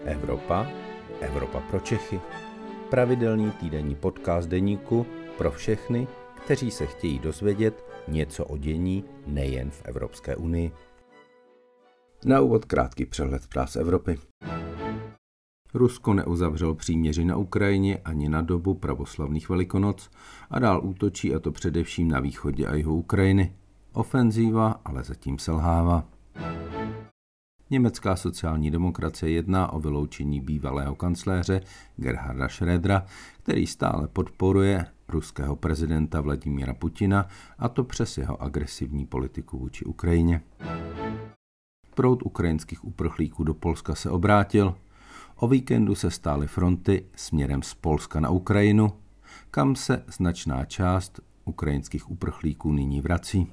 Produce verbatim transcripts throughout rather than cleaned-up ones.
Evropa, Evropa pro Čechy. Pravidelný týdenní podcast deníku pro všechny, kteří se chtějí dozvědět něco o dění nejen v Evropské unii. Na úvod krátký přehled zpráv z Evropy. Rusko neuzavřelo příměří na Ukrajině ani na dobu pravoslavných Velikonoc a dál útočí, a to především na východě a jihu Ukrajiny. Ofenzíva ale zatím selhává. Německá sociální demokracie jedná o vyloučení bývalého kancléře Gerharda Schrödera, který stále podporuje ruského prezidenta Vladimíra Putina, a to přes jeho agresivní politiku vůči Ukrajině. Proud ukrajinských uprchlíků do Polska se obrátil. O víkendu se stály fronty směrem z Polska na Ukrajinu, kam se značná část ukrajinských uprchlíků nyní vrací.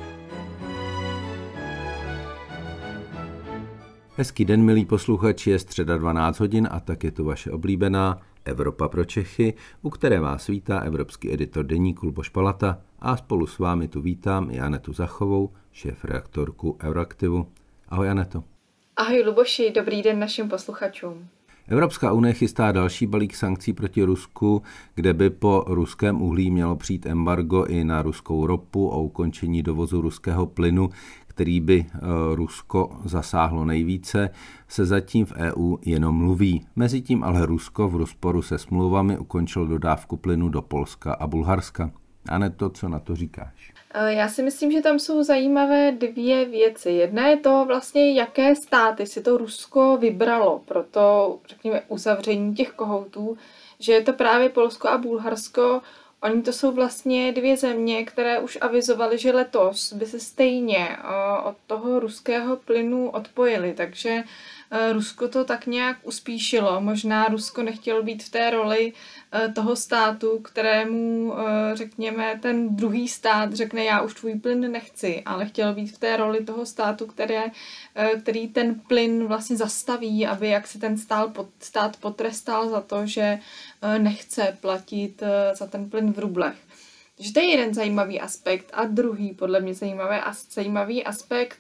Hezký den, milí posluchači, je středa dvanáct hodin a tak je tu vaše oblíbená Evropa pro Čechy, u které vás vítá evropský editor deníku Luboš Palata a spolu s vámi tu vítám i Anetu Zachovou, šéfredaktorku Euroaktivu. Ahoj, Aneto. Ahoj, Luboši, dobrý den našim posluchačům. Evropská unie chystá další balík sankcí proti Rusku, kde by po ruském uhlí mělo přijít embargo i na ruskou ropu a ukončení dovozu ruského plynu, který by Rusko zasáhlo nejvíce, se zatím v E U jenom mluví. Mezitím ale Rusko v rozporu se smlouvami ukončilo dodávku plynu do Polska a Bulharska. Aneto, co na to říkáš? Já si myslím, že tam jsou zajímavé dvě věci. Jedna je to vlastně, jaké státy si to Rusko vybralo pro to, řekněme, uzavření těch kohoutů, že je to právě Polsko a Bulharsko. Oni to jsou vlastně dvě země, které už avizovaly, že letos by se stejně od toho ruského plynu odpojili, takže Rusko to tak nějak uspíšilo. Možná Rusko nechtělo být v té roli toho státu, kterému, řekněme, ten druhý stát řekne, já už tvůj plyn nechci, ale chtělo být v té roli toho státu, které, který ten plyn vlastně zastaví, aby jak si ten stát potrestal za to, že nechce platit za ten plyn v rublech. Takže to je jeden zajímavý aspekt. A druhý, podle mě zajímavý, zajímavý aspekt,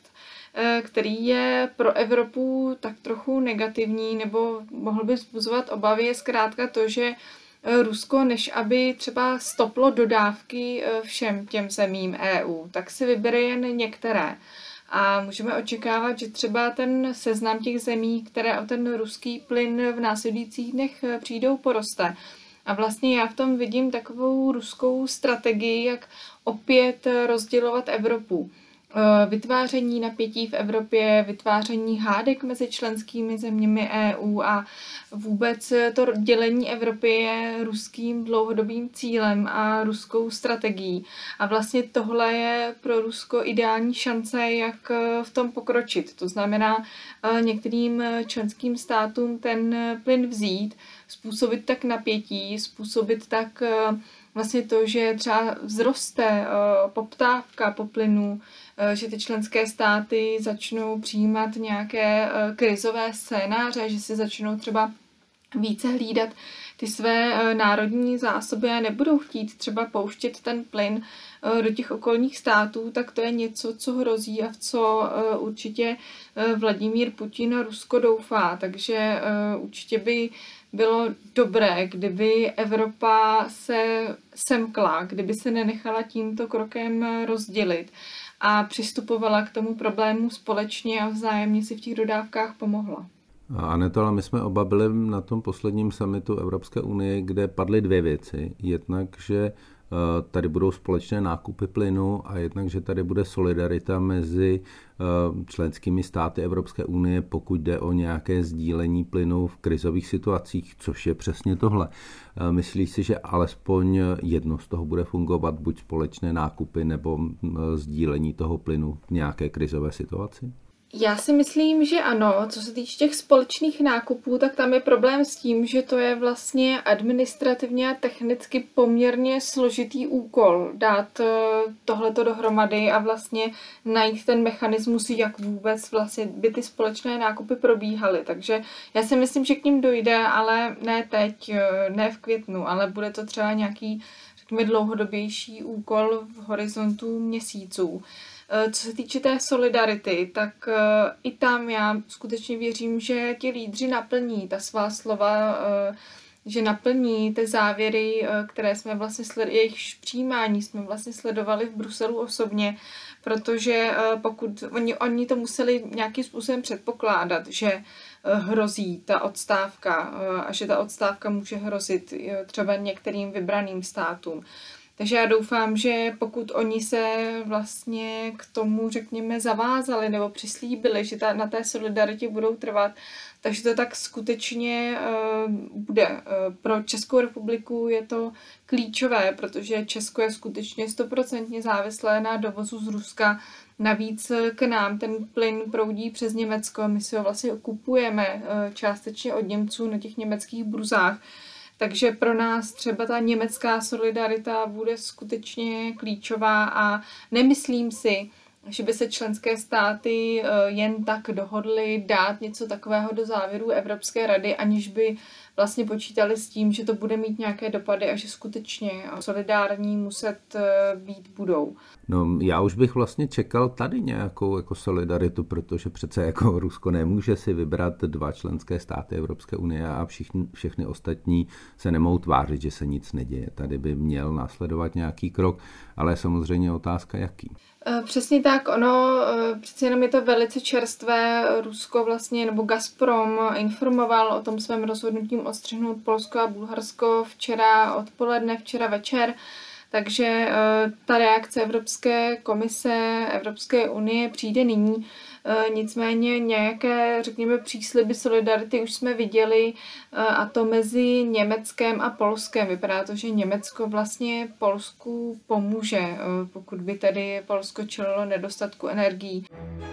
který je pro Evropu tak trochu negativní, nebo mohl by vzbuzovat obavy, je zkrátka to, že Rusko, než aby třeba stoplo dodávky všem těm zemím E U, tak si vybere jen některé. A můžeme očekávat, že třeba ten seznam těch zemí, které o ten ruský plyn v následujících dnech přijdou, poroste. A vlastně já v tom vidím takovou ruskou strategii, jak opět rozdělovat Evropu. Vytváření napětí v Evropě, vytváření hádek mezi členskými zeměmi E U a vůbec to dělení Evropy je ruským dlouhodobým cílem a ruskou strategií. A vlastně tohle je pro Rusko ideální šance, jak v tom pokročit. To znamená některým členským státům ten plyn vzít, způsobit tak napětí, způsobit tak vlastně to, že třeba vzroste poptávka po plynu, že ty členské státy začnou přijímat nějaké krizové scénáře, že si začnou třeba více hlídat ty své národní zásoby a nebudou chtít třeba pouštět ten plyn do těch okolních států, tak to je něco, co hrozí a v co určitě Vladimír Putin a Rusko doufá. Takže určitě by bylo dobré, kdyby Evropa se semkla, kdyby se nenechala tímto krokem rozdělit a přistupovala k tomu problému společně a vzájemně si v těch dodávkách pomohla. Aneto, ale my jsme oba byli na tom posledním summitu Evropské unie, kde padly dvě věci. Jednak, že tady budou společné nákupy plynu a jednak, že tady bude solidarita mezi členskými státy Evropské unie, pokud jde o nějaké sdílení plynu v krizových situacích, což je přesně tohle. Myslíš si, že alespoň jedno z toho bude fungovat, buď společné nákupy nebo sdílení toho plynu v nějaké krizové situaci? Já si myslím, že ano. Co se týče těch společných nákupů, tak tam je problém s tím, že to je vlastně administrativně a technicky poměrně složitý úkol dát tohleto dohromady a vlastně najít ten mechanismus, jak vůbec vlastně by ty společné nákupy probíhaly. Takže já si myslím, že k ním dojde, ale ne teď, ne v květnu, ale bude to třeba nějaký, řekněme, dlouhodobější úkol v horizontu měsíců. Co se týče té solidarity, tak i tam já skutečně věřím, že ti lídři naplní ta svá slova, že naplní ty závěry, které jsme vlastně sledovali, jejich přijímání jsme vlastně sledovali v Bruselu osobně, protože pokud oni, oni to museli nějakým způsobem předpokládat, že hrozí ta odstávka a že ta odstávka může hrozit třeba některým vybraným státům. Takže já doufám, že pokud oni se vlastně k tomu, řekněme, zavázali nebo přislíbili, že ta, na té solidaritě budou trvat, takže to tak skutečně uh, bude. Uh, pro Českou republiku je to klíčové, protože Česko je skutečně stoprocentně závislé na dovozu z Ruska. Navíc k nám ten plyn proudí přes Německo, my si ho vlastně kupujeme uh, částečně od Němců na těch německých burzách. Takže pro nás třeba ta německá solidarita bude skutečně klíčová a nemyslím si, že by se členské státy jen tak dohodly dát něco takového do závěrů Evropské rady, aniž by vlastně počítali s tím, že to bude mít nějaké dopady a že skutečně solidární muset být budou. No, já už bych vlastně čekal tady nějakou jako solidaritu, protože přece jako Rusko nemůže si vybrat dva členské státy Evropské unie a všichni, všechny ostatní se nemohou tvářit, že se nic neděje. Tady by měl následovat nějaký krok, ale samozřejmě otázka jaký. Přesně tak, ono, přeci jenom je to velice čerstvé, Rusko vlastně, nebo Gazprom informoval o tom svém rozhodnutím odstřihnout Polsko a Bulharsko včera odpoledne, včera večer, takže ta reakce Evropské komise, Evropské unie přijde nyní. Nicméně nějaké, řekněme, přísliby solidarity už jsme viděli, a to mezi Německem a Polskem. Vypadá to, že Německo vlastně Polsku pomůže, pokud by tedy Polsko čelilo nedostatku energií.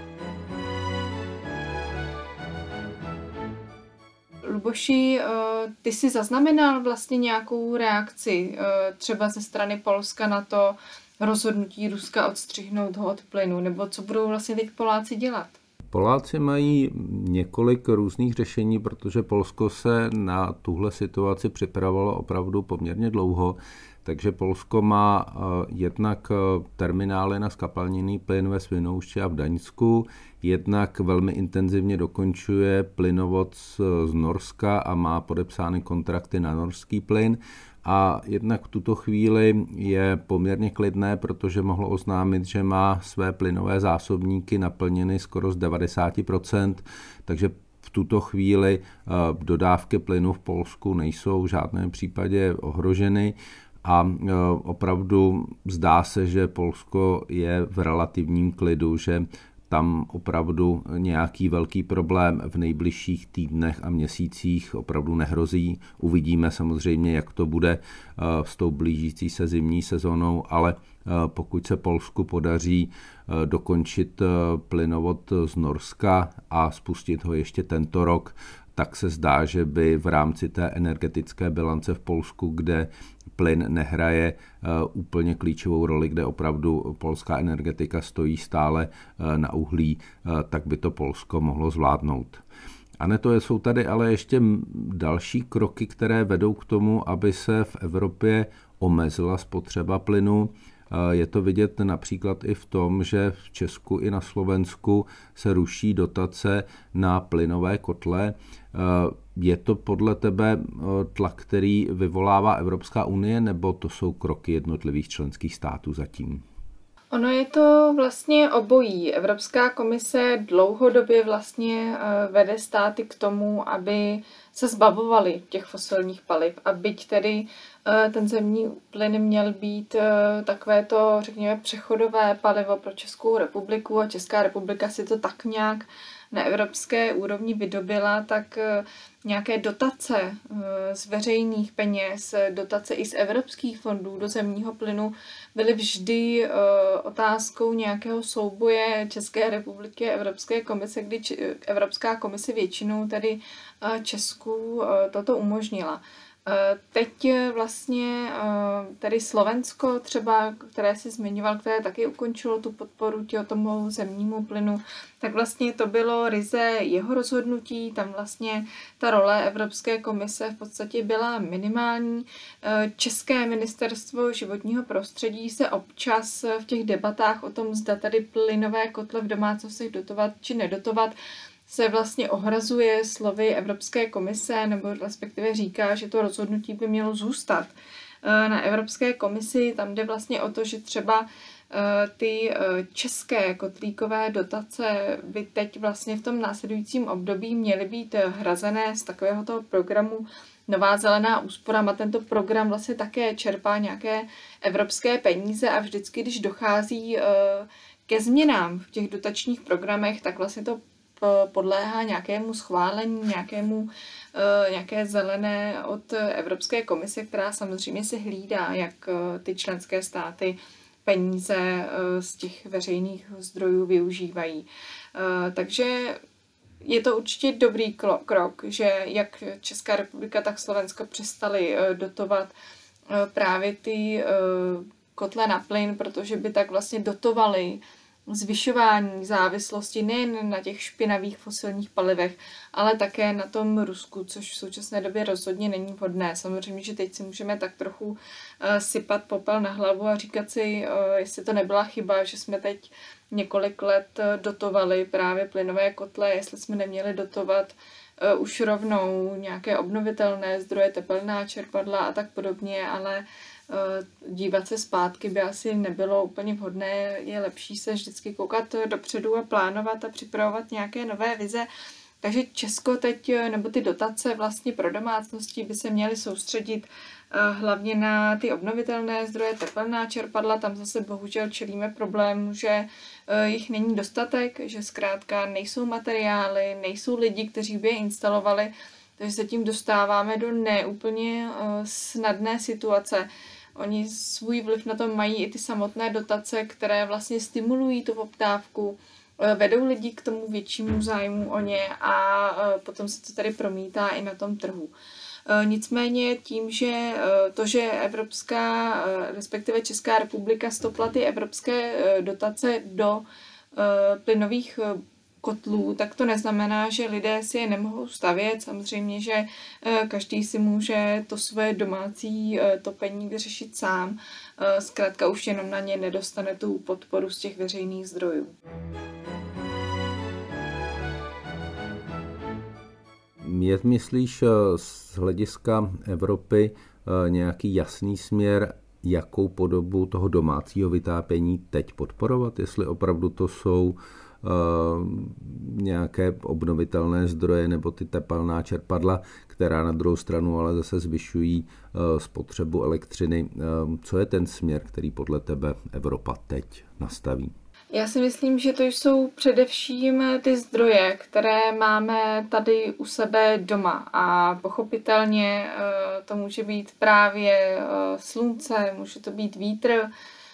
Luboši, ty jsi zaznamenal vlastně nějakou reakci třeba ze strany Polska na to rozhodnutí Ruska odstřihnout ho od plynu, nebo co budou vlastně teď Poláci dělat? Poláci mají několik různých řešení, protože Polsko se na tuhle situaci připravovalo opravdu poměrně dlouho, takže Polsko má jednak terminály na skapalněný plyn ve Svinoušti a v Daňsku, jednak velmi intenzivně dokončuje plynovod z Norska a má podepsány kontrakty na norský plyn. A jednak v tuto chvíli je poměrně klidné, protože mohlo oznámit, že má své plynové zásobníky naplněny skoro z devadesát procent, takže v tuto chvíli dodávky plynu v Polsku nejsou v žádném případě ohroženy a opravdu zdá se, že Polsko je v relativním klidu, že tam opravdu nějaký velký problém v nejbližších týdnech a měsících opravdu nehrozí. Uvidíme samozřejmě, jak to bude s tou blížící se zimní sezónou, ale pokud se Polsku podaří dokončit plynovod z Norska a spustit ho ještě tento rok, tak se zdá, že by v rámci té energetické bilance v Polsku, kde plyn nehraje úplně klíčovou roli, kde opravdu polská energetika stojí stále na uhlí, tak by to Polsko mohlo zvládnout. A ne to jsou tady ale ještě další kroky, které vedou k tomu, aby se v Evropě omezila spotřeba plynu. Je to vidět například i v tom, že v Česku i na Slovensku se ruší dotace na plynové kotle. Je to podle tebe tlak, který vyvolává Evropská unie, nebo to jsou kroky jednotlivých členských států zatím? Ono je to vlastně obojí. Evropská komise dlouhodobě vlastně vede státy k tomu, aby se zbavovali těch fosilních paliv. A byť tedy ten zemní plyn měl být takovéto, řekněme, přechodové palivo pro Českou republiku a Česká republika si to tak nějak na evropské úrovni vydobila, tak nějaké dotace z veřejných peněz, dotace i z evropských fondů do zemního plynu byly vždy otázkou nějakého souboje České republiky a Evropské komise, kdy Evropská komise většinou tedy Česku toto umožnila. Teď vlastně tady Slovensko třeba, které si zmiňoval, které taky ukončilo tu podporu tomu zemnímu plynu, tak vlastně to bylo ryze jeho rozhodnutí, tam vlastně ta role Evropské komise v podstatě byla minimální. České ministerstvo životního prostředí se občas v těch debatách o tom, zda tady plynové kotle v domácnostech dotovat či nedotovat, se vlastně ohrazuje slovy Evropské komise, nebo respektive říká, že to rozhodnutí by mělo zůstat na Evropské komisi. Tam jde vlastně o to, že třeba ty české kotlíkové dotace by teď vlastně v tom následujícím období měly být hrazené z takového toho programu Nová zelená úsporám a tento program vlastně také čerpá nějaké evropské peníze a vždycky, když dochází ke změnám v těch dotačních programech, tak vlastně to podléhá nějakému schválení, nějakému, nějaké zelené od Evropské komise, která samozřejmě si hlídá, jak ty členské státy peníze z těch veřejných zdrojů využívají. Takže je to určitě dobrý krok, že jak Česká republika, tak Slovensko přestali dotovat právě ty kotle na plyn, protože by tak vlastně dotovali zvyšování závislosti nejen na těch špinavých fosilních palivech, ale také na tom Rusku, což v současné době rozhodně není vhodné. Samozřejmě, že teď si můžeme tak trochu uh, sypat popel na hlavu a říkat si, uh, jestli to nebyla chyba, že jsme teď několik let dotovali právě plynové kotle, jestli jsme neměli dotovat uh, už rovnou nějaké obnovitelné zdroje, tepelná čerpadla a tak podobně, ale dívat se zpátky by asi nebylo úplně vhodné, je lepší se vždycky koukat dopředu a plánovat a připravovat nějaké nové vize. Takže Česko teď, nebo ty dotace vlastně pro domácnosti by se měly soustředit hlavně na ty obnovitelné zdroje, tepelná čerpadla, tam zase bohužel čelíme problému, že jich není dostatek, že zkrátka nejsou materiály, nejsou lidi, kteří by je instalovali, takže se tím dostáváme do neúplně snadné situace. Oni svůj vliv na to mají i ty samotné dotace, které vlastně stimulují tu poptávku, vedou lidi k tomu většímu zájmu o ně a potom se to tady promítá i na tom trhu. Nicméně tím, že to, že Evropská, respektive Česká republika stopla ty evropské dotace do plynových kotlů, tak to neznamená, že lidé si je nemohou stavět. Samozřejmě, že každý si může to svoje domácí topení vyřešit sám. Zkrátka už jenom na ně nedostane tu podporu z těch veřejných zdrojů. Je, myslíš, z hlediska Evropy nějaký jasný směr, jakou podobu toho domácího vytápění teď podporovat? Jestli opravdu to jsou Uh, nějaké obnovitelné zdroje nebo ty tepelná čerpadla, která na druhou stranu ale zase zvyšují uh, spotřebu elektřiny. Uh, co je ten směr, který podle tebe Evropa teď nastaví? Já si myslím, že to jsou především ty zdroje, které máme tady u sebe doma a pochopitelně uh, to může být právě uh, slunce, může to být vítr,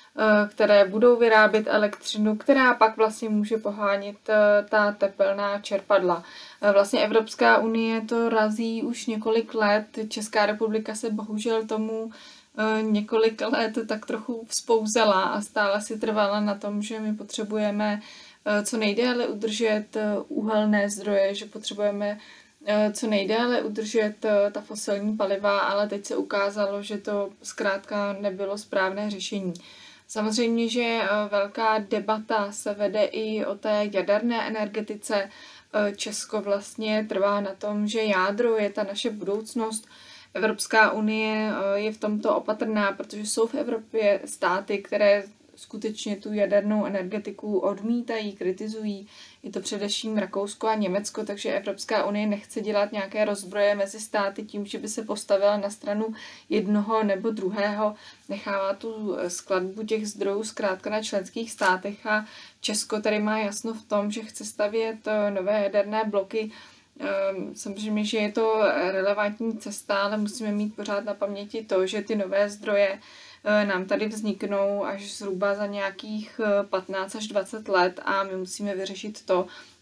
které budou vyrábět elektřinu, která pak vlastně může pohánět ta tepelná čerpadla. Vlastně Evropská unie to razí už několik let. Česká republika se bohužel tomu několik let tak trochu vzpouzela a stále si trvala na tom, že my potřebujeme co nejdéle udržet uhelné zdroje, že potřebujeme co nejdéle udržet ta fosilní paliva, ale teď se ukázalo, že to zkrátka nebylo správné řešení. Samozřejmě, že velká debata se vede i o té jaderné energetice. Česko vlastně trvá na tom, že jádro je ta naše budoucnost. Evropská unie je v tomto opatrná, protože jsou v Evropě státy, které skutečně tu jadernou energetiku odmítají, kritizují. Je to především Rakousko a Německo, takže Evropská unie nechce dělat nějaké rozbroje mezi státy tím, že by se postavila na stranu jednoho nebo druhého. Nechává tu skladbu těch zdrojů zkrátka na členských státech a Česko tady má jasno v tom, že chce stavět nové jaderné bloky. Samozřejmě, že je to relevantní cesta, ale musíme mít pořád na paměti to, že ty nové zdroje nám tady vzniknou až zhruba za nějakých patnáct až dvacet let a my musíme vyřešit to,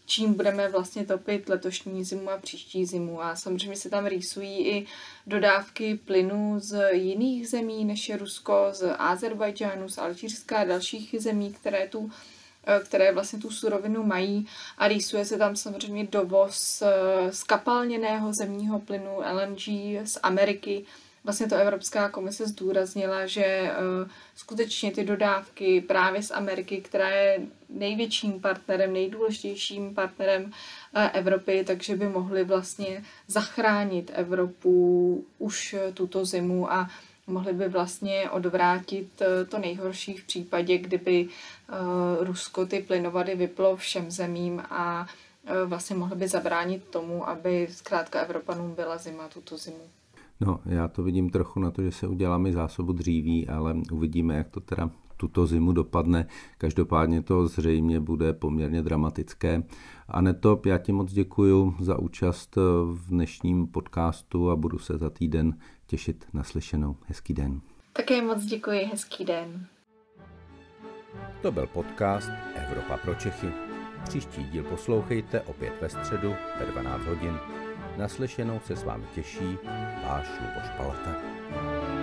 čím budeme vlastně topit letošní zimu a příští zimu. A samozřejmě se tam rýsují i dodávky plynu z jiných zemí, než je Rusko, z Azerbajdžánu, z Alžírska a dalších zemí, které tu které vlastně tu surovinu mají, a rýsuje se tam samozřejmě dovoz skapalněného zemního plynu L N G z Ameriky. Vlastně to Evropská komise zdůraznila, že skutečně ty dodávky právě z Ameriky, která je největším partnerem, nejdůležitějším partnerem Evropy, takže by mohly vlastně zachránit Evropu už tuto zimu a mohli by vlastně odvrátit to nejhorší v případě, kdyby Rusko ty plynovody vyplo všem zemím a vlastně mohli by zabránit tomu, aby zkrátka Evropanům byla zima tuto zimu. No, já to vidím trochu na to, že se uděláme zásobu dříví, ale uvidíme, jak to teda tuto zimu dopadne. Každopádně to zřejmě bude poměrně dramatické. Aneto, já ti moc děkuju za účast v dnešním podcastu a budu se za týden těšit na slyšenou. Hezký den. Také moc děkuji, hezký den. To byl podcast Evropa pro Čechy. Příští díl poslouchejte opět ve středu ve dvanáct hodin. Naslyšenou se s vámi těší váš Luboš Palata.